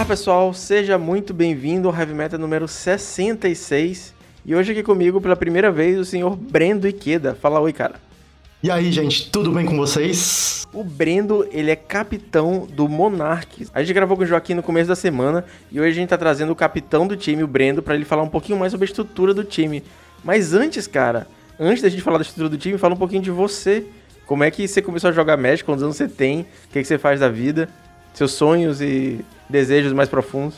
pessoal, seja muito bem-vindo ao Heavy Meta número 66. E hoje aqui comigo, pela primeira vez, o senhor Brendo Ikeda. Fala oi, cara. E aí, gente, tudo bem com vocês? O Brendo, ele é capitão do Monarques. A gente gravou com o Joaquim no começo da semana e hoje a gente tá trazendo o capitão do time, o Brendo, pra ele falar um pouquinho mais sobre a estrutura do time. Mas antes, cara, antes da gente falar da estrutura do time, fala um pouquinho de você. Como é que você começou a jogar Magic? Quantos anos você tem? O que você faz da vida? Seus sonhos e desejos mais profundos?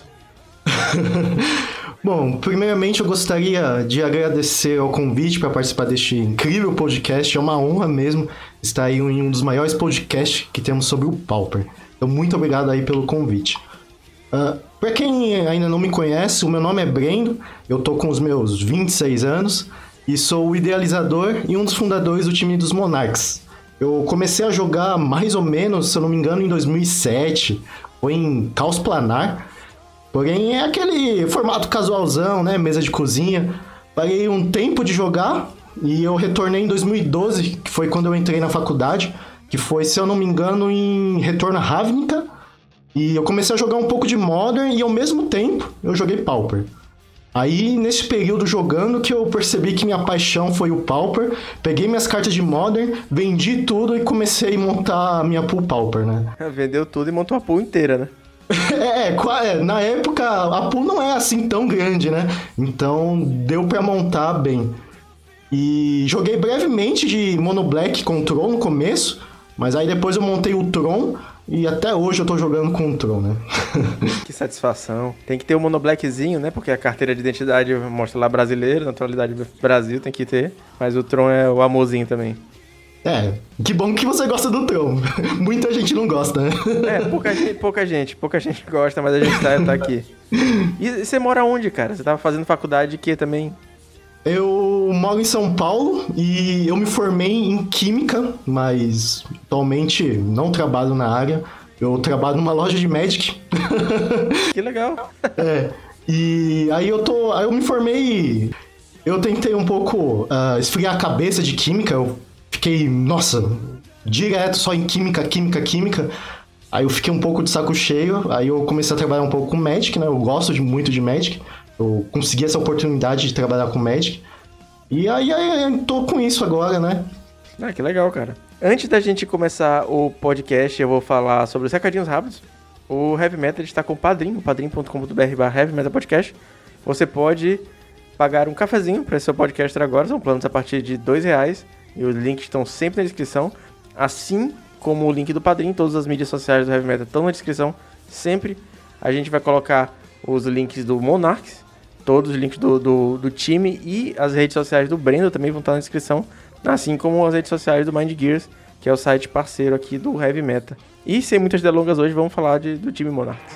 Bom, primeiramente eu gostaria de agradecer ao convite para participar deste incrível podcast. É uma honra mesmo estar aí em um dos maiores podcasts que temos sobre o Pauper. Então, muito obrigado aí pelo convite. Para quem ainda não me conhece, o meu nome é Brendo, eu tô com os meus 26 anos e sou o idealizador e um dos fundadores do time dos Monarques. Eu comecei a jogar mais ou menos, se eu não me engano, em 2007, foi em Caos Planar. Porém, é aquele formato casualzão, né? Mesa de cozinha. Parei um tempo de jogar e eu retornei em 2012, que foi quando eu entrei na faculdade, que foi, se eu não me engano, em Retorno a Ravnica. E eu comecei a jogar um pouco de Modern e, ao mesmo tempo, eu joguei Pauper. Aí, nesse período jogando, que eu percebi que minha paixão foi o Pauper, peguei minhas cartas de Modern, vendi tudo e comecei a montar a minha pool Pauper, né? Vendeu tudo e montou a pool inteira, né? Na época a pool não é assim tão grande, né? Então deu pra montar bem. E joguei brevemente de Mono Black com o Tron no começo, mas aí depois eu montei o Tron e até hoje eu tô jogando com o Tron, né? Que satisfação. Tem que ter o Mono Blackzinho, né? Porque a carteira de identidade mostra lá brasileiro, naturalidade Brasil tem que ter, mas o Tron é o amorzinho também. Que bom que você gosta do Tron. Muita gente não gosta, né? Pouca gente gosta, mas a gente tá aqui. E você mora onde, cara? Você tava fazendo faculdade de quê também? Eu moro em São Paulo e eu me formei em Química, mas atualmente não trabalho na área. Eu trabalho numa loja de Magic. Que legal. E aí eu me formei. Eu tentei um pouco esfriar a cabeça de Química. Eu fiquei, direto só em química. Aí eu fiquei um pouco de saco cheio. Aí eu comecei a trabalhar um pouco com Magic, né? Eu gosto muito de Magic. Eu consegui essa oportunidade de trabalhar com Magic. E aí eu tô com isso agora, né? Que legal, cara. Antes da gente começar o podcast, eu vou falar sobre os recadinhos rápidos. O Heavy Meta está com o Padrim, padrim.com.br/HeavyMetaPodcast. Você pode pagar um cafezinho para esse seu podcaster agora. São planos a partir de R$2. E os links estão sempre na descrição. Assim como o link do Padrim, todas as mídias sociais do Heavy Meta estão na descrição. Sempre a gente vai colocar os links do Monarques, todos os links do time e as redes sociais do Brendo também vão estar na descrição. Assim como as redes sociais do Mind Gears, que é o site parceiro aqui do Heavy Meta. E sem muitas delongas hoje, vamos falar do time Monarques.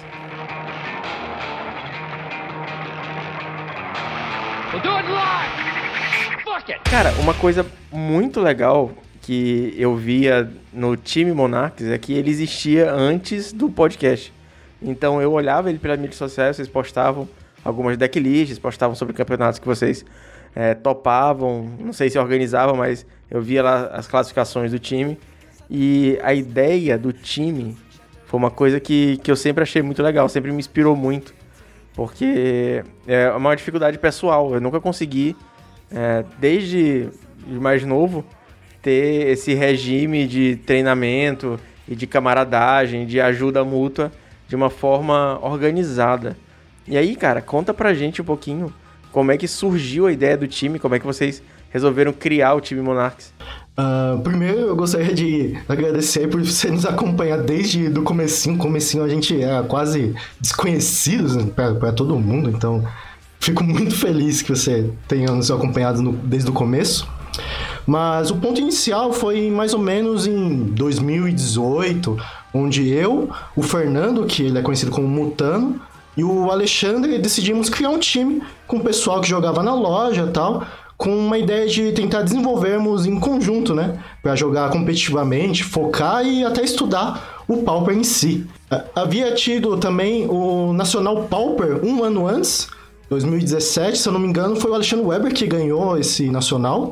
We'll do it live! Cara, uma coisa muito legal que eu via no time Monarques é que ele existia antes do podcast. Então eu olhava ele pelas mídias sociais, vocês postavam algumas decklists, postavam sobre campeonatos que vocês topavam, não sei se organizavam, mas eu via lá as classificações do time. E a ideia do time foi uma coisa que eu sempre achei muito legal, sempre me inspirou muito. Porque é uma dificuldade pessoal, eu nunca consegui, desde mais novo, ter esse regime de treinamento e de camaradagem, de ajuda mútua, de uma forma organizada. E aí, cara, conta pra gente um pouquinho como é que surgiu a ideia do time, como é que vocês resolveram criar o time Monarques. Primeiro, eu gostaria de agradecer por você nos acompanhar desde o comecinho. Comecinho a gente era quase desconhecidos, né, pra todo mundo, então fico muito feliz que você tenha nos acompanhado desde o começo. Mas o ponto inicial foi mais ou menos em 2018, onde eu, o Fernando, que ele é conhecido como Mutano, e o Alexandre decidimos criar um time com o pessoal que jogava na loja e tal, com uma ideia de tentar desenvolvermos em conjunto, né? Para jogar competitivamente, focar e até estudar o Pauper em si. Havia tido também o Nacional Pauper um ano antes, 2017, se eu não me engano, foi o Alexandre Weber que ganhou esse Nacional.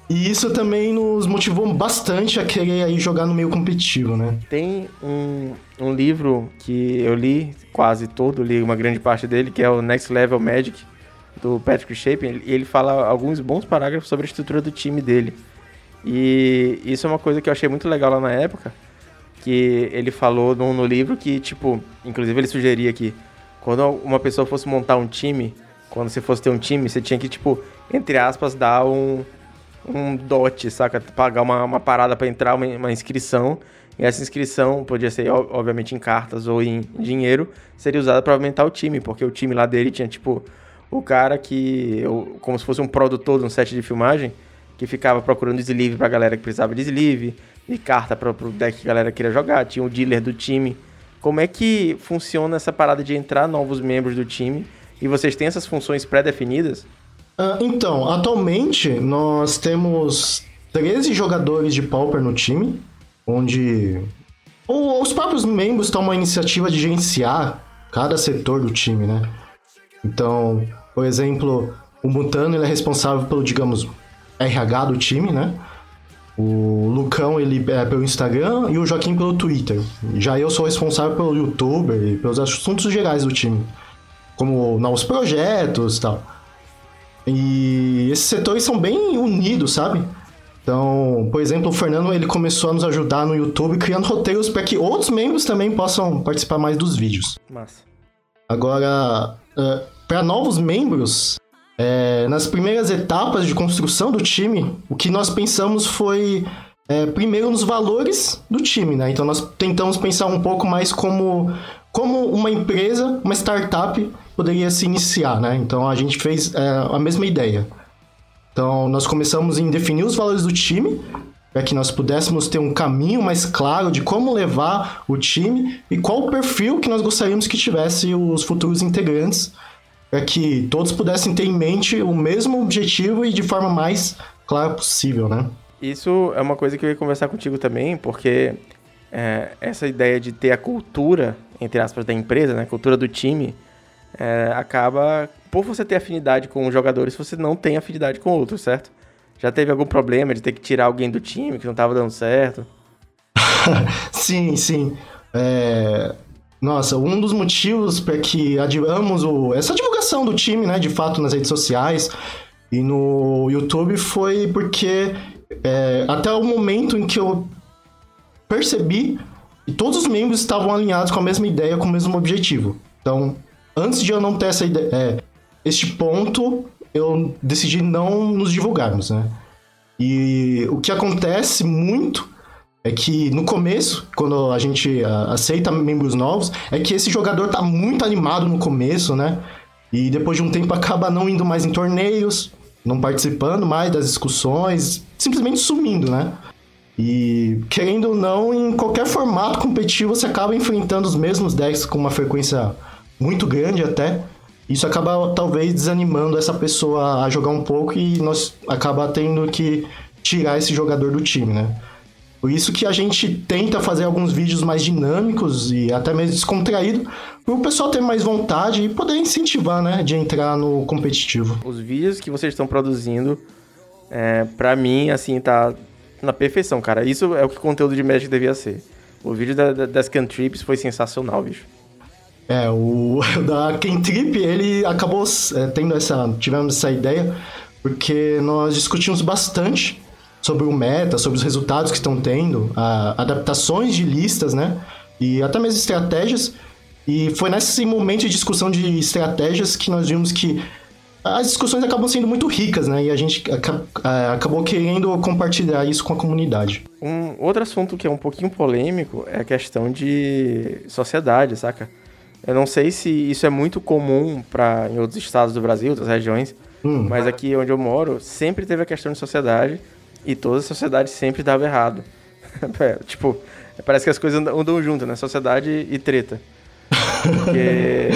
E isso também nos motivou bastante a querer aí jogar no meio competitivo, né? Tem um livro que eu li quase todo, li uma grande parte dele, que é o Next Level Magic, do Patrick Chapin, e ele fala alguns bons parágrafos sobre a estrutura do time dele. E isso é uma coisa que eu achei muito legal lá na época, que ele falou no livro que, tipo, inclusive ele sugeria que quando uma pessoa fosse montar um time, quando você fosse ter um time, você tinha que, tipo, entre aspas, dar um dote, saca? Pagar uma parada pra entrar, uma inscrição. E essa inscrição podia ser, obviamente, em cartas ou em dinheiro, seria usada pra aumentar o time, porque o time lá dele tinha, tipo, o cara que, como se fosse um produtor de um set de filmagem, que ficava procurando sleeve pra galera que precisava de sleeve, e carta pro deck que a galera queria jogar, tinha o dealer do time. Como é que funciona essa parada de entrar novos membros do time? E vocês têm essas funções pré-definidas? Então, atualmente nós temos 13 jogadores de Pauper no time, onde os próprios membros tomam a iniciativa de gerenciar cada setor do time, né? Então, por exemplo, o Mutano ele é responsável pelo, digamos, RH do time, né? O Lucão ele é pelo Instagram e o Joaquim pelo Twitter. Já eu sou responsável pelo YouTuber e pelos assuntos gerais do time, como novos projetos e tal. E esses setores são bem unidos, sabe? Então, por exemplo, o Fernando ele começou a nos ajudar no YouTube criando roteiros para que outros membros também possam participar mais dos vídeos. Massa. Agora, para novos membros, nas primeiras etapas de construção do time, o que nós pensamos foi primeiro nos valores do time, né? Então nós tentamos pensar um pouco mais como uma empresa, uma startup poderia se iniciar, né? Então a gente fez a mesma ideia. Então nós começamos em definir os valores do time, para que nós pudéssemos ter um caminho mais claro de como levar o time e qual o perfil que nós gostaríamos que tivesse os futuros integrantes, para que todos pudessem ter em mente o mesmo objetivo e de forma mais clara possível, né? Isso é uma coisa que eu ia conversar contigo também, porque essa ideia de ter a cultura, entre aspas, da empresa, né, a cultura do time, acaba, por você ter afinidade com os jogadores, você não tem afinidade com outros, certo? Já teve algum problema de ter que tirar alguém do time que não estava dando certo? Sim, sim. Nossa, um dos motivos para que adiamos essa divulgação do time, né, de fato, nas redes sociais e no YouTube foi porque até o momento em que eu percebi que todos os membros estavam alinhados com a mesma ideia, com o mesmo objetivo. Então, antes de eu não ter essa ideia, este ponto, eu decidi não nos divulgarmos, né? E o que acontece muito é que no começo, quando a gente aceita membros novos, é que esse jogador tá muito animado no começo, né? E depois de um tempo acaba não indo mais em torneios, não participando mais das discussões, simplesmente sumindo, né? E querendo ou não, em qualquer formato competitivo você acaba enfrentando os mesmos decks com uma frequência muito grande até. Isso acaba talvez desanimando essa pessoa a jogar um pouco e nós acaba tendo que tirar esse jogador do time, né? Por isso que a gente tenta fazer alguns vídeos mais dinâmicos e até mesmo descontraído, para o pessoal ter mais vontade e poder incentivar, né, de entrar no competitivo. Os vídeos que vocês estão produzindo, pra mim, assim, tá na perfeição, cara. Isso é o que o conteúdo de Magic devia ser. O vídeo das Cantrips foi sensacional, bicho. O da Kentrip, ele acabou tivemos essa ideia, porque nós discutimos bastante sobre o meta, sobre os resultados que estão tendo, adaptações de listas, né? E até mesmo estratégias. E foi nesse momento de discussão de estratégias que nós vimos que as discussões acabam sendo muito ricas, né? E a gente acabou querendo compartilhar isso com a comunidade. Um outro assunto que é um pouquinho polêmico é a questão de sociedade, saca? Eu não sei se isso é muito comum em outros estados do Brasil, outras regiões, mas aqui onde eu moro, sempre teve a questão de sociedade e toda a sociedade sempre dava errado. Tipo, parece que as coisas andam junto, né? Sociedade e treta. Porque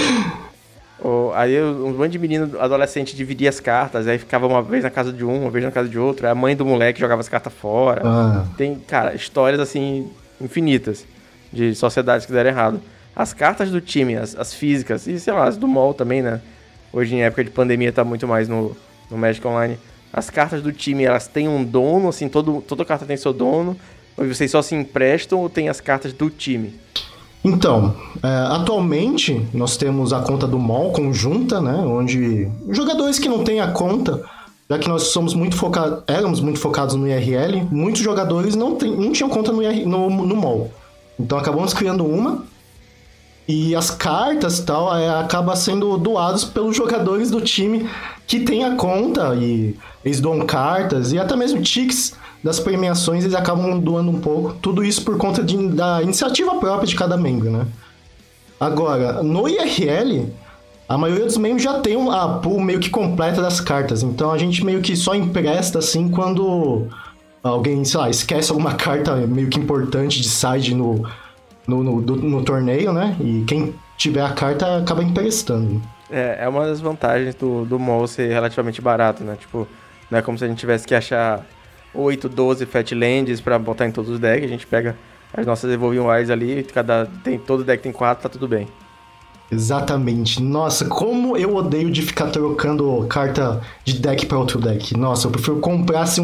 aí um monte de menino adolescente dividia as cartas, aí ficava uma vez na casa de um, uma vez na casa de outro, aí a mãe do moleque jogava as cartas fora. Tem, cara, histórias assim infinitas de sociedades que deram errado. As cartas do time, as físicas, e sei lá, as do mall também, né? Hoje em época de pandemia tá muito mais no Magic Online. As cartas do time, elas têm um dono, assim, toda carta tem seu dono? Ou vocês só se emprestam ou tem as cartas do time? Então, atualmente nós temos a conta do mall conjunta, né? Onde jogadores que não têm a conta, já que nós éramos muito focados no IRL, muitos jogadores não tinham conta no mall. Então acabamos criando uma. E as cartas e tal acabam sendo doadas pelos jogadores do time que tem a conta, e eles doam cartas e até mesmo tickets das premiações, eles acabam doando um pouco. Tudo isso por conta da iniciativa própria de cada membro, né? Agora, no IRL, a maioria dos membros já tem a pool meio que completa das cartas. Então a gente meio que só empresta assim quando alguém, sei lá, esquece alguma carta meio que importante de side no torneio, né? E quem tiver a carta acaba emprestando. É uma das vantagens do mall ser relativamente barato, né? Tipo, não é como se a gente tivesse que achar 8, 12 Fatlands pra botar em todos os decks. A gente pega as nossas Evolving Wilds ali, todo deck tem 4, tá tudo bem. Exatamente. Nossa, como eu odeio de ficar trocando carta de deck pra outro deck. Nossa, eu prefiro comprar assim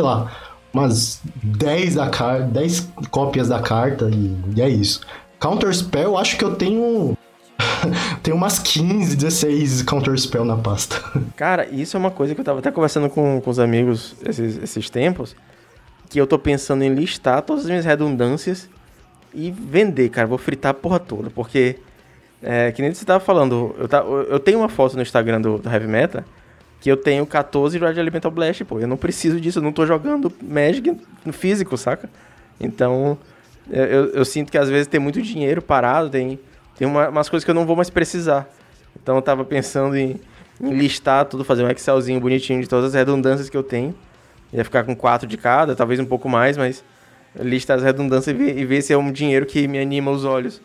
umas 10 cópias da carta e é isso. Counter Spell, eu acho que eu tenho umas 15, 16 Counter Spell na pasta. Cara, isso é uma coisa que eu tava até conversando com os amigos esses tempos, que eu tô pensando em listar todas as minhas redundâncias e vender, cara. Vou fritar a porra toda, porque, que nem você tava falando, eu tenho uma foto no Instagram do Heavy Meta que eu tenho 14 Red Elemental Blast, pô. Eu não preciso disso, eu não tô jogando Magic no físico, saca? Então, eu sinto que às vezes tem muito dinheiro parado, tem umas coisas que eu não vou mais precisar. Então eu tava pensando em listar tudo, fazer um Excelzinho bonitinho de todas as redundâncias que eu tenho. Ia ficar com 4 de cada, talvez um pouco mais, mas listar as redundâncias e ver se é um dinheiro que me anima os olhos.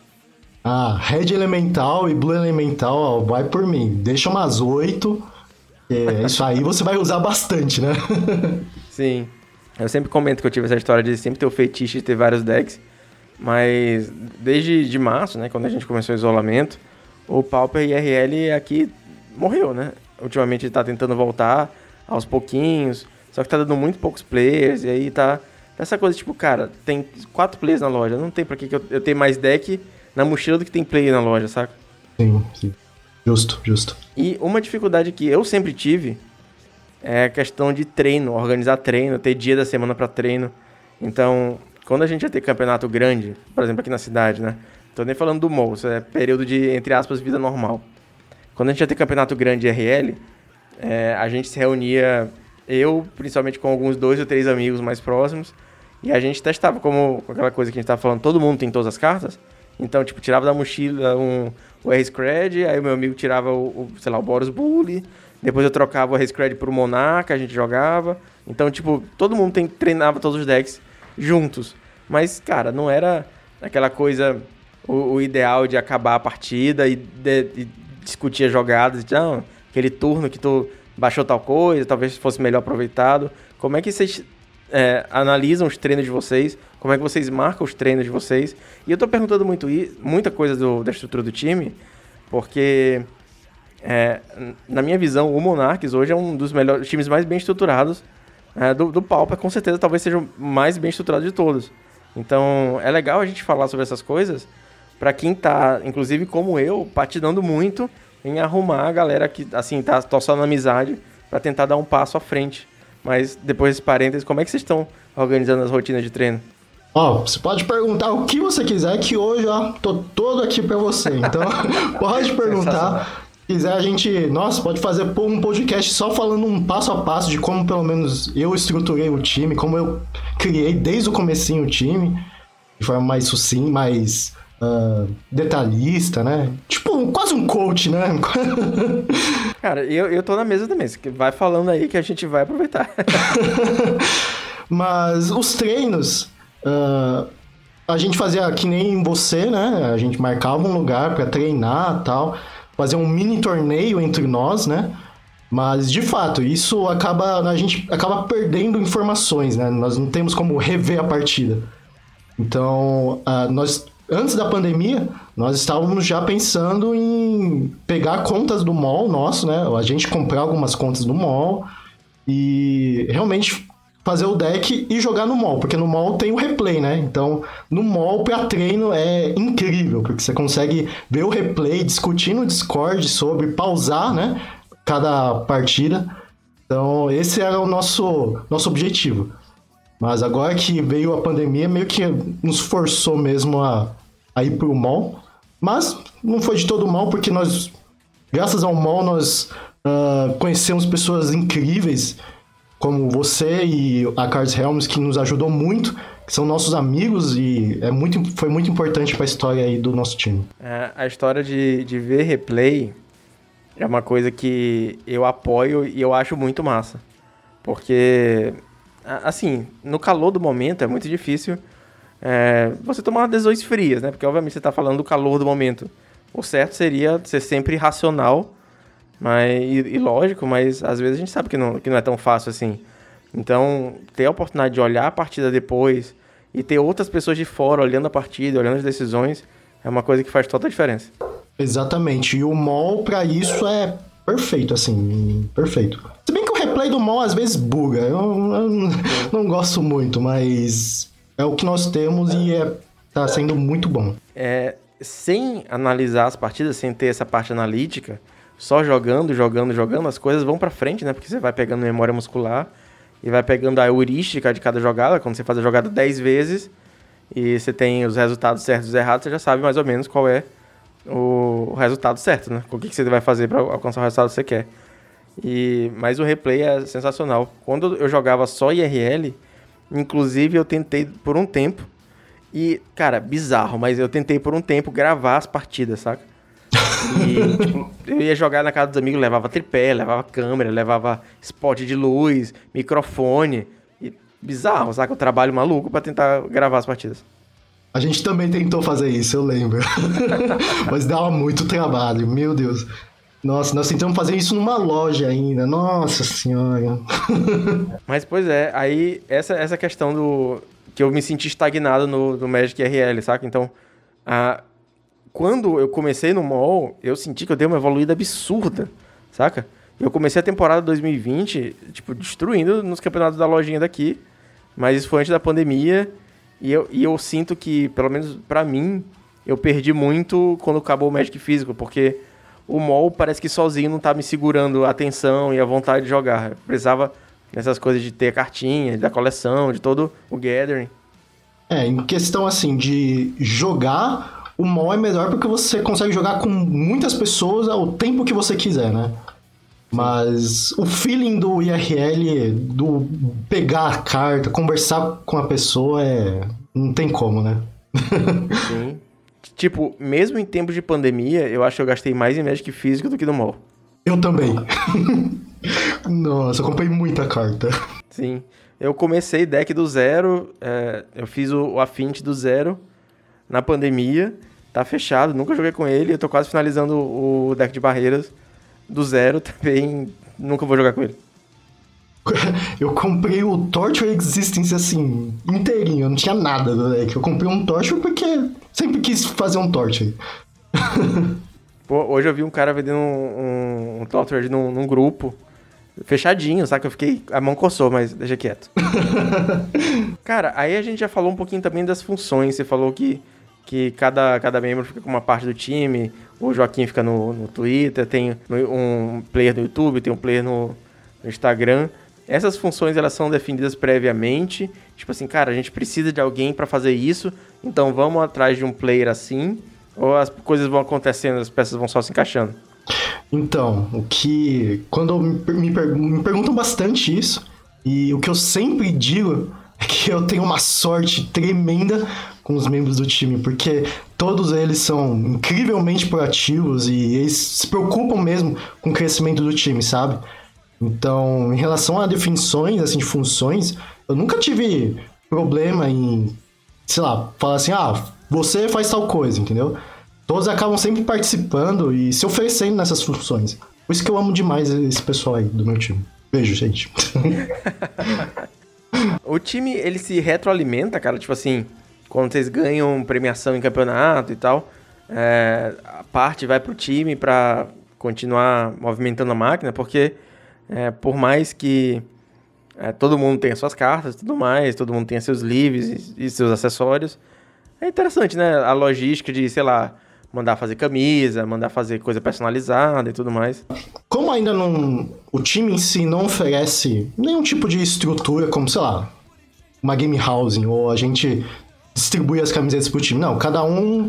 Red Elemental e Blue Elemental, ó, vai por mim. Deixa umas 8... isso aí você vai usar bastante, né? Sim. Eu sempre comento que eu tive essa história de sempre ter o fetiche de ter vários decks. Mas desde de março, né? Quando a gente começou o isolamento, o Pauper IRL aqui morreu, né? Ultimamente ele tá tentando voltar aos pouquinhos. Só que tá dando muito poucos players. E aí tá essa coisa tipo, cara, tem 4 players na loja. Não tem pra que eu tenho mais deck na mochila do que tem player na loja, saca? Sim. Justo. E uma dificuldade que eu sempre tive é a questão de treino, organizar treino, ter dia da semana pra treino. Então, quando a gente ia ter campeonato grande, por exemplo, aqui na cidade, né? Tô nem falando do mall, isso é período de, entre aspas, vida normal. Quando a gente ia ter campeonato grande RL, a gente se reunia, eu, principalmente com alguns 2 ou 3 amigos mais próximos, e a gente testava com aquela coisa que a gente tava falando, todo mundo tem todas as cartas. Então, tipo, tirava da mochila o R-Scred, aí o meu amigo tirava o Boros Bully, depois eu trocava o R-Scred pro Monarca, a gente jogava. Então, tipo, todo mundo treinava todos os decks juntos. Mas, cara, não era aquela coisa, o ideal de acabar a partida e discutir as jogadas. Não, aquele turno que tu baixou tal coisa, talvez fosse melhor aproveitado. Como é que vocês analisam os treinos de vocês? Como é que vocês marcam os treinos de vocês? E eu tô perguntando muita coisa da estrutura do time, porque, na minha visão, o Monarchs hoje é um dos melhores times mais bem estruturados do Pauper. Com certeza, talvez seja o mais bem estruturado de todos. Então, é legal a gente falar sobre essas coisas para quem tá, inclusive como eu, patinando muito em arrumar a galera que, assim, tá só na amizade para tentar dar um passo à frente. Mas, depois desse parênteses, como é que vocês estão organizando as rotinas de treino? Você pode perguntar o que você quiser, que hoje, tô todo aqui pra você. Então, pode perguntar. Se quiser, a gente, pode fazer um podcast só falando um passo a passo de como, pelo menos, eu estruturei o time, como eu criei desde o comecinho o time, de forma mais sucinta, mais detalhista, né? Tipo, quase um coach, né? Cara, eu tô na mesa também. Você vai falando aí que a gente vai aproveitar. Mas os treinos... a gente fazia que nem você, né? A gente marcava um lugar pra treinar e tal, fazer um mini torneio entre nós, né? Mas, de fato, a gente acaba perdendo informações, né? Nós não temos como rever a partida. Então, antes da pandemia, nós estávamos já pensando em pegar contas do mall nosso, né? A gente comprar algumas contas do mall e realmente fazer o deck e jogar no mall, porque no mall tem o replay, né? Então, no mall pra treino é incrível, porque você consegue ver o replay, discutir no Discord sobre pausar, né? Cada partida. Então, esse era o nosso objetivo. Mas agora que veio a pandemia, meio que nos forçou mesmo a ir pro mall. Mas não foi de todo mal, porque nós, graças ao mall, nós conhecemos pessoas incríveis, como você e a Cards Helms, que nos ajudou muito, que são nossos amigos e foi muito importante para a história aí do nosso time. A história de ver replay é uma coisa que eu apoio e eu acho muito massa. Porque, assim, no calor do momento é muito difícil você tomar decisões frias, né? Porque, obviamente, você está falando do calor do momento. O certo seria ser sempre racional e lógico, mas às vezes a gente sabe que não é tão fácil assim. Então, ter a oportunidade de olhar a partida depois e ter outras pessoas de fora olhando a partida, olhando as decisões, é uma coisa que faz toda a diferença. Exatamente. E o mall, pra isso, é perfeito, assim, perfeito. Se bem que o replay do mall às vezes buga. Eu não gosto muito, mas é o que nós temos e tá sendo muito bom. Sem analisar as partidas, sem ter essa parte analítica, só jogando, as coisas vão pra frente, né? Porque você vai pegando memória muscular e vai pegando a heurística de cada jogada. Quando você faz a jogada 10 vezes e você tem os resultados certos e errados, você já sabe mais ou menos qual é o resultado certo, né? O que você vai fazer para alcançar o resultado que você quer. Mas o replay é sensacional. Quando eu jogava só IRL, inclusive eu tentei por um tempo, e, cara, bizarro, mas eu tentei por um tempo gravar as partidas, saca? E, tipo, eu ia jogar na casa dos amigos, levava tripé, levava câmera, levava spot de luz, microfone. E bizarro, saca? Eu trabalho maluco pra tentar gravar as partidas. A gente também tentou fazer isso, eu lembro. Mas dava muito trabalho, meu Deus. Nossa, nós tentamos fazer isso numa loja ainda, nossa senhora. Mas, pois é, aí essa questão que eu me senti estagnado no Magic RL, saca? Então, quando eu comecei no mall, eu senti que eu dei uma evoluída absurda, saca? Eu comecei a temporada 2020, tipo, destruindo nos campeonatos da lojinha daqui, mas isso foi antes da pandemia, e eu sinto que, pelo menos pra mim, eu perdi muito quando acabou o Magic físico, porque o mall parece que sozinho não tá me segurando a atenção e a vontade de jogar. Eu precisava nessas coisas de ter a cartinha, da coleção, de todo o gathering. Em questão, assim, de jogar, o mall é melhor porque você consegue jogar com muitas pessoas ao tempo que você quiser, né? Mas o feeling do IRL, do pegar a carta, conversar com a pessoa, não tem como, né? Sim. Tipo, mesmo em tempos de pandemia, eu acho que eu gastei mais em Magic físico do que no mall. Eu também. Nossa, eu comprei muita carta. Sim. Eu comecei deck do zero, eu fiz o Affinity do zero na pandemia, tá fechado, nunca joguei com ele, eu tô quase finalizando o deck de barreiras do zero também, nunca vou jogar com ele. Eu comprei o Torture Existence, assim, inteirinho, eu não tinha nada do deck. Eu comprei um Torture porque sempre quis fazer um Torture. Pô, hoje eu vi um cara vendendo um Torture num grupo, fechadinho, sabe? A mão coçou, mas deixa quieto. Cara, aí a gente já falou um pouquinho também das funções. Você falou que cada membro fica com uma parte do time. O Joaquim fica no Twitter, tem um player no YouTube, tem um player no Instagram. Essas funções, elas são definidas previamente. Tipo assim, cara, a gente precisa de alguém pra fazer isso, então vamos atrás de um player assim, ou as coisas vão acontecendo, as peças vão só se encaixando? Então, quando me perguntam bastante isso, e o que eu sempre digo é que eu tenho uma sorte tremenda com os membros do time, porque todos eles são incrivelmente proativos e eles se preocupam mesmo com o crescimento do time, sabe? Então, em relação a definições, assim, de funções, eu nunca tive problema em, sei lá, falar assim, você faz tal coisa, entendeu? Todos acabam sempre participando e se oferecendo nessas funções. Por isso que eu amo demais esse pessoal aí do meu time. Beijo, gente. O time, ele se retroalimenta, cara, tipo assim, quando vocês ganham premiação em campeonato e tal, a parte vai pro time pra continuar movimentando a máquina, porque por mais que Todo mundo tem as suas cartas e tudo mais, todo mundo tem seus livros e seus acessórios. É interessante, né? A logística de, sei lá, mandar fazer camisa, mandar fazer coisa personalizada e tudo mais. Como ainda não... O time em si não oferece nenhum tipo de estrutura, como, sei lá, uma game housing, ou a gente distribui as camisetas pro time. Não, cada um...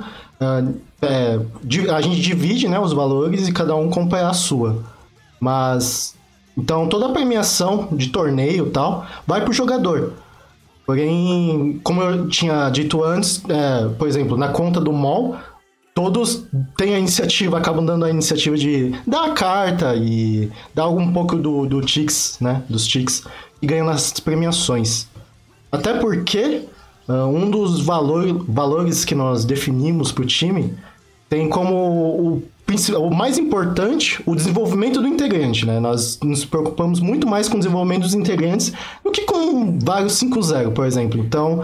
a gente divide, né, os valores e cada um compra a sua. Mas... Então, toda a premiação de torneio e tal vai pro jogador. Porém, como eu tinha dito antes, por exemplo, na conta do mall, todos têm a iniciativa, acabam dando a iniciativa de dar a carta e dar um pouco do Tix, né? Dos Tix, e ganham as premiações. Até porque um dos valores que nós definimos pro time tem como o mais importante, o desenvolvimento do integrante, né? Nós nos preocupamos muito mais com o desenvolvimento dos integrantes do que com vários 5-0, por exemplo. Então,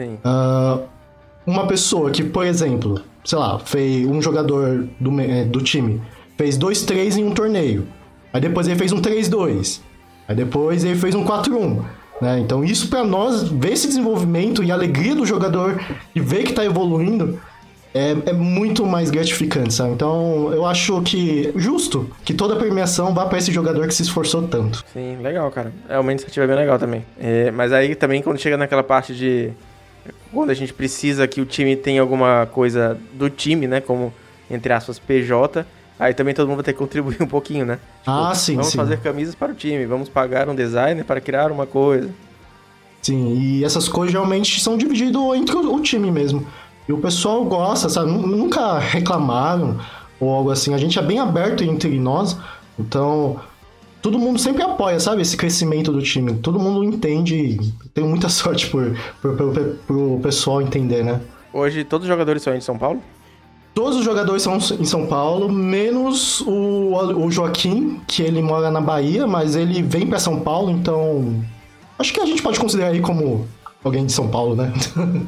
uma pessoa que, por exemplo, sei lá, fez um jogador do time, fez 2-3 em um torneio. Aí depois ele fez um 3-2. Aí depois ele fez um 4-1. Né? Então isso pra nós, ver esse desenvolvimento e a alegria do jogador e ver que tá evoluindo, é muito mais gratificante, sabe? Então, eu acho que justo que toda a premiação vá pra esse jogador que se esforçou tanto. Sim, legal, cara. É uma iniciativa bem legal também. Mas aí também, quando chega naquela parte de... Quando a gente precisa que o time tenha alguma coisa do time, né? Como, entre aspas, PJ, aí também todo mundo vai ter que contribuir um pouquinho, né? Tipo, sim, vamos sim. fazer camisas para o time, vamos pagar um designer para criar uma coisa. Sim, e essas coisas geralmente são divididas entre o time mesmo. E o pessoal gosta, sabe? Nunca reclamaram ou algo assim. A gente é bem aberto entre nós, então todo mundo sempre apoia, sabe? Esse crescimento do time. Todo mundo entende e tem muita sorte pro pessoal entender, né? Hoje todos os jogadores são em São Paulo? Todos os jogadores são em São Paulo, menos o Joaquim, que ele mora na Bahia, mas ele vem pra São Paulo, então acho que a gente pode considerar ele como alguém de São Paulo, né?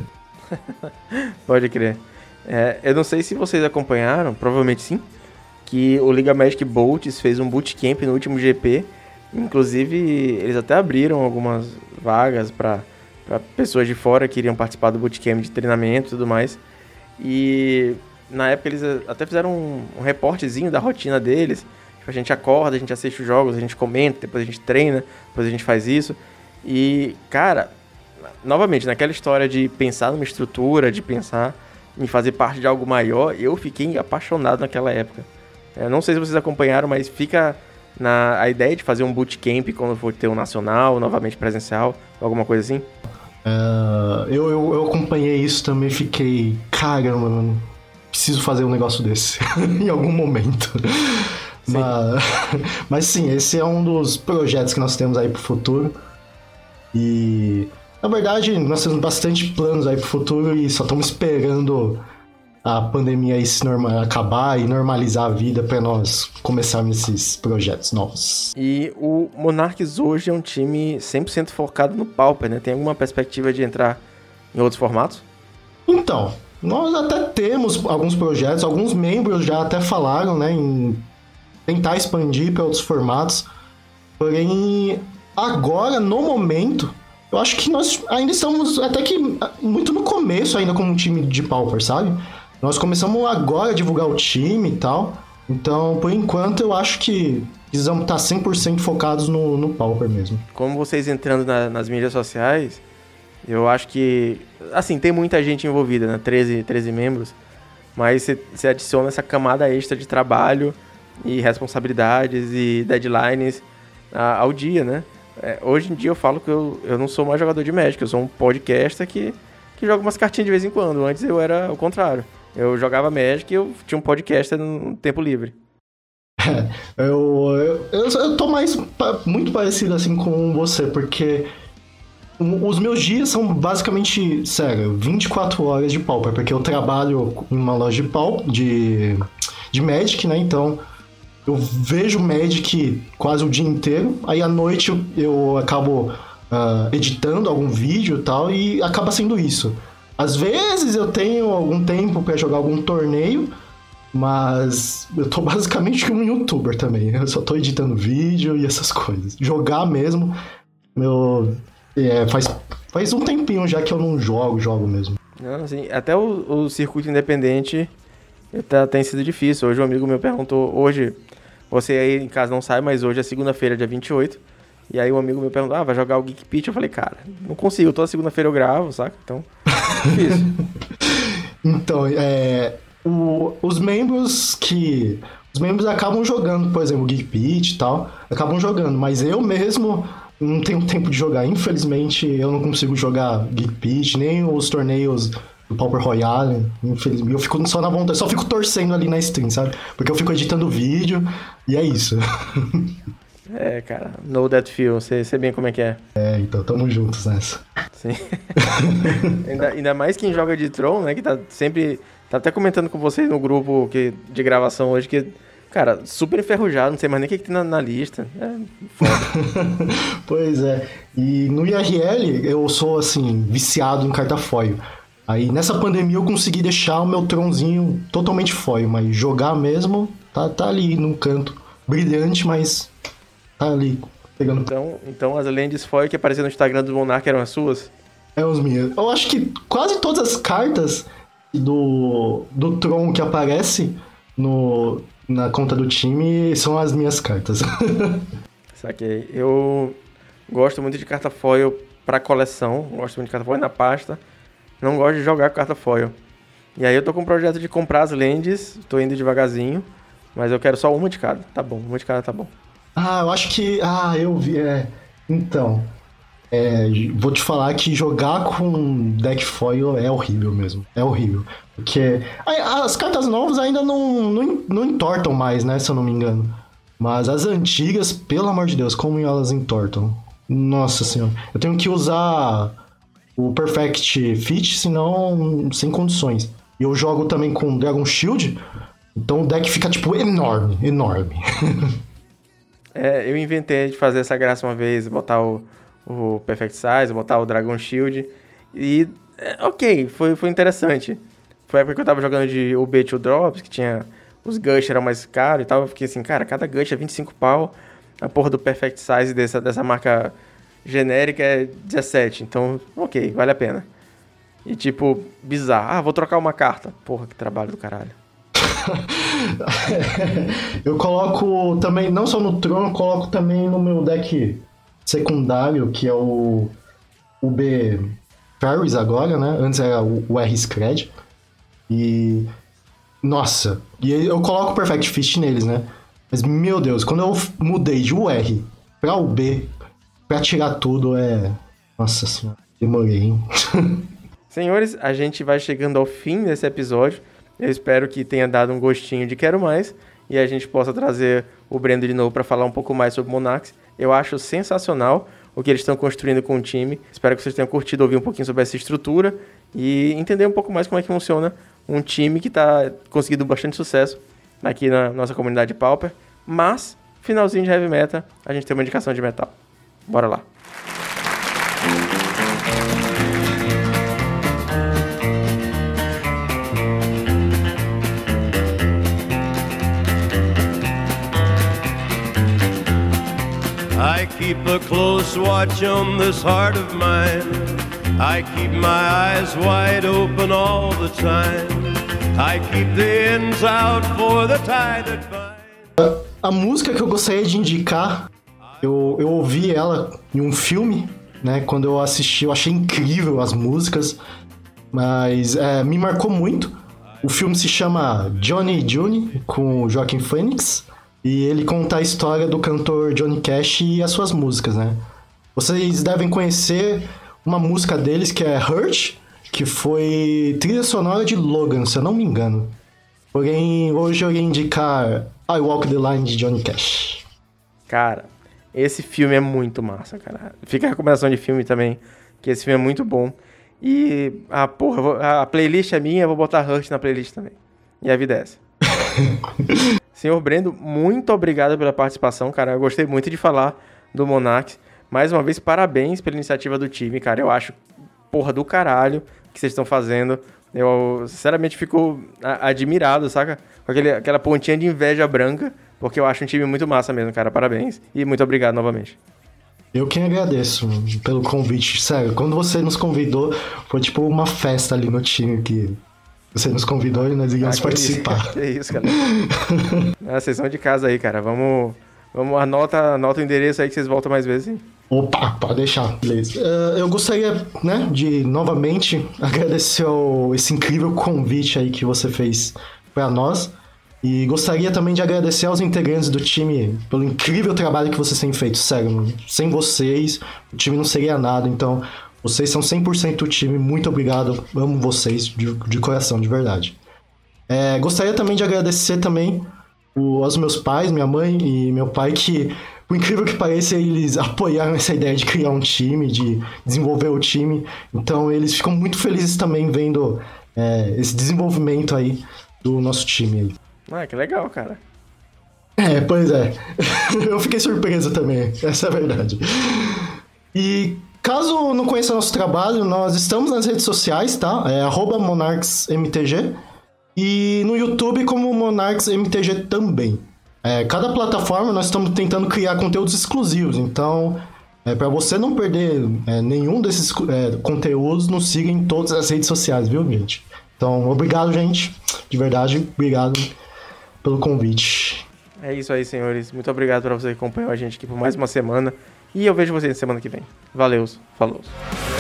Pode crer. Eu não sei se vocês acompanharam, provavelmente sim, que o Liga Magic Bolts fez um bootcamp no último GP. Inclusive, eles até abriram algumas vagas para pessoas de fora que iriam participar do bootcamp de treinamento e tudo mais. E na época eles até fizeram um reportezinho da rotina deles. Tipo, a gente acorda, a gente assiste os jogos, a gente comenta, depois a gente treina, depois a gente faz isso. E, cara... Novamente, naquela história de pensar numa estrutura, de pensar em fazer parte de algo maior, eu fiquei apaixonado naquela época. Não sei se vocês acompanharam, mas fica a ideia de fazer um bootcamp quando for ter um nacional, novamente presencial, alguma coisa assim. Eu acompanhei isso também, fiquei, caramba, mano, preciso fazer um negócio desse em algum momento. Sim. Mas sim, esse é um dos projetos que nós temos aí pro futuro. E... Na verdade, nós temos bastante planos aí pro futuro e só estamos esperando a pandemia aí acabar e normalizar a vida para nós começarmos esses projetos novos. E o Monarchs hoje é um time 100% focado no Pauper, né? Tem alguma perspectiva de entrar em outros formatos? Então, nós até temos alguns projetos, alguns membros já até falaram, né, em tentar expandir para outros formatos. Porém, agora, no momento... Eu acho que nós ainda estamos até que muito no começo ainda como um time de Pauper, sabe? Nós começamos agora a divulgar o time e tal. Então, por enquanto, eu acho que precisamos estar 100% focados no Pauper mesmo. Como vocês entrando nas mídias sociais, eu acho que... Assim, tem muita gente envolvida, né? 13 membros. Mas você adiciona essa camada extra de trabalho e responsabilidades e deadlines ao dia, né? Hoje em dia eu falo que eu não sou mais jogador de Magic, eu sou um podcaster que joga umas cartinhas de vez em quando. Antes eu era o contrário. Eu jogava Magic e eu tinha um podcaster no tempo livre. Eu tô muito parecido assim com você, porque os meus dias são basicamente, sério, 24 horas de Pauper, porque eu trabalho em uma loja de Magic, né, então... Eu vejo Magic quase o dia inteiro, aí à noite eu acabo editando algum vídeo e tal, e acaba sendo isso. Às vezes eu tenho algum tempo pra jogar algum torneio, mas eu tô basicamente como um youtuber também. Eu só tô editando vídeo e essas coisas. Jogar mesmo, Faz um tempinho já que eu não jogo mesmo. Não, assim, até o circuito independente tem sido difícil. Hoje um amigo meu perguntou, você aí em casa não sabe, mas hoje é segunda-feira, dia 28. E aí um amigo meu perguntou, vai jogar o Geek Pitch? Eu falei, cara, não consigo, toda segunda-feira eu gravo, saca? Então, difícil. Então, os membros acabam jogando, por exemplo, o Geek Pitch e tal, acabam jogando, mas eu mesmo não tenho tempo de jogar. Infelizmente, eu não consigo jogar Geek Pitch, nem os torneios do Pauper Royale. Infelizmente, eu fico só na vontade, só fico torcendo ali na stream, sabe? Porque eu fico editando vídeo e é isso. Cara, know that feel, sei bem como é que é. Então, tamo juntos nessa. Sim. ainda mais quem joga de Tron, né, que tá sempre... Tá até comentando com vocês no grupo de gravação hoje que, cara, super enferrujado, não sei mais nem o que tem na lista. Foda. Pois é. E no IRL, eu sou, assim, viciado em carta foil. Aí, nessa pandemia, eu consegui deixar o meu Tronzinho totalmente foil, mas jogar mesmo, tá ali num canto. Brilhante, mas... tá ali, pegando... Então as lentes foil que apareceram no Instagram do Monark eram as suas? É as minhas. Eu acho que quase todas as cartas do Tron que aparece na conta do time são as minhas cartas. Saquei. Eu gosto muito de carta foil pra coleção, gosto muito de carta foil na pasta, não gosto de jogar com carta foil. E aí eu tô com um projeto de comprar as lentes, tô indo devagarzinho, mas eu quero só uma de cada. Tá bom, uma de cada tá bom. Eu acho que... eu vi, Então, vou te falar que jogar com deck foil é horrível mesmo. É horrível. Porque as cartas novas ainda não entortam mais, né? Se eu não me engano. Mas as antigas, pelo amor de Deus, como elas entortam. Nossa senhora. Eu tenho que usar o Perfect Fit, senão sem condições. E eu jogo também com Dragon Shield, então o deck fica, tipo, enorme. Eu inventei de fazer essa graça uma vez, botar o Perfect Size, botar o Dragon Shield. E, ok, foi interessante. Foi a época que eu tava jogando de UB2 Drops, que tinha... Os Gush eram mais caros e tal. Eu fiquei assim, cara, cada Gush é 25 pau. A porra do Perfect Size dessa marca genérica é 17. Então, ok, vale a pena. E tipo, bizarro. Vou trocar uma carta. Porra, que trabalho do caralho. Eu coloco também, não só no Tron, eu coloco também no meu deck secundário, que é o B Fairies agora, né? Antes era o R Scred. E... nossa, e eu coloco o Perfect Fist neles, né? Mas, meu Deus, quando eu mudei de UR pra UB, pra tirar tudo, nossa senhora, demorei, hein? Senhores, a gente vai chegando ao fim desse episódio. Eu espero que tenha dado um gostinho de quero mais e a gente possa trazer o Brendo de novo para falar um pouco mais sobre Monarchs. Eu acho sensacional o que eles estão construindo com o time. Espero que vocês tenham curtido ouvir um pouquinho sobre essa estrutura e entender um pouco mais como é que funciona um time que está conseguindo bastante sucesso aqui na nossa comunidade Pauper. Mas, finalzinho de Heavy Metal, a gente tem uma indicação de metal. Bora lá. I keep a close watch on this heart of mine. I keep my eyes wide open all the time. I keep the ends out for the tie that binds. A música que eu gostaria de indicar, eu ouvi ela em um filme, né? Quando eu assisti, eu achei incrível as músicas, mas me marcou muito. O filme se chama Johnny June, com o Joaquin Phoenix. E ele conta a história do cantor Johnny Cash e as suas músicas, né? Vocês devem conhecer uma música deles que é Hurt, que foi trilha sonora de Logan, se eu não me engano. Porém, hoje eu ia indicar I Walk the Line de Johnny Cash. Cara, esse filme é muito massa, cara. Fica a recomendação de filme também, que esse filme é muito bom. E, a playlist é minha, eu vou botar Hurt na playlist também. E a vida é essa. Senhor Brendo, muito obrigado pela participação, cara. Eu gostei muito de falar do Monarchs. Mais uma vez, parabéns pela iniciativa do time, cara. Eu acho, porra do caralho que vocês estão fazendo. Eu, sinceramente, fico admirado, saca? Com aquela pontinha de inveja branca, porque eu acho um time muito massa mesmo, cara. Parabéns. E muito obrigado novamente. Eu quem agradeço pelo convite. Sério, quando você nos convidou, foi tipo uma festa ali no time que você nos convidou e nós íamos participar. Que isso, cara. Vocês são de casa aí, cara. Vamos anota o endereço aí que vocês voltam mais vezes, hein? Opa, pode deixar, beleza. Eu gostaria, né, de novamente agradecer esse incrível convite aí que você fez para nós. E gostaria também de agradecer aos integrantes do time pelo incrível trabalho que vocês têm feito. Sério, mano. Sem vocês, o time não seria nada. Então, vocês são 100% o time. Muito obrigado. Amo vocês de coração, de verdade. Gostaria também de agradecer também aos meus pais, minha mãe e meu pai, que, por incrível que pareça, eles apoiaram essa ideia de criar um time, de desenvolver o time. Então, eles ficam muito felizes também vendo esse desenvolvimento aí do nosso time aí. Que legal, cara. Pois é. Eu fiquei surpreso também, essa é a verdade. E caso não conheça nosso trabalho, nós estamos nas redes sociais, tá? @monarchsmtg e no YouTube como monarchsmtg também. Cada plataforma nós estamos tentando criar conteúdos exclusivos, então para você não perder nenhum desses conteúdos, nos siga em todas as redes sociais, viu, gente? Então, obrigado, gente. De verdade, obrigado pelo convite. É isso aí, senhores. Muito obrigado por você acompanhar a gente aqui por mais uma semana. E eu vejo vocês na semana que vem. Valeu, falou.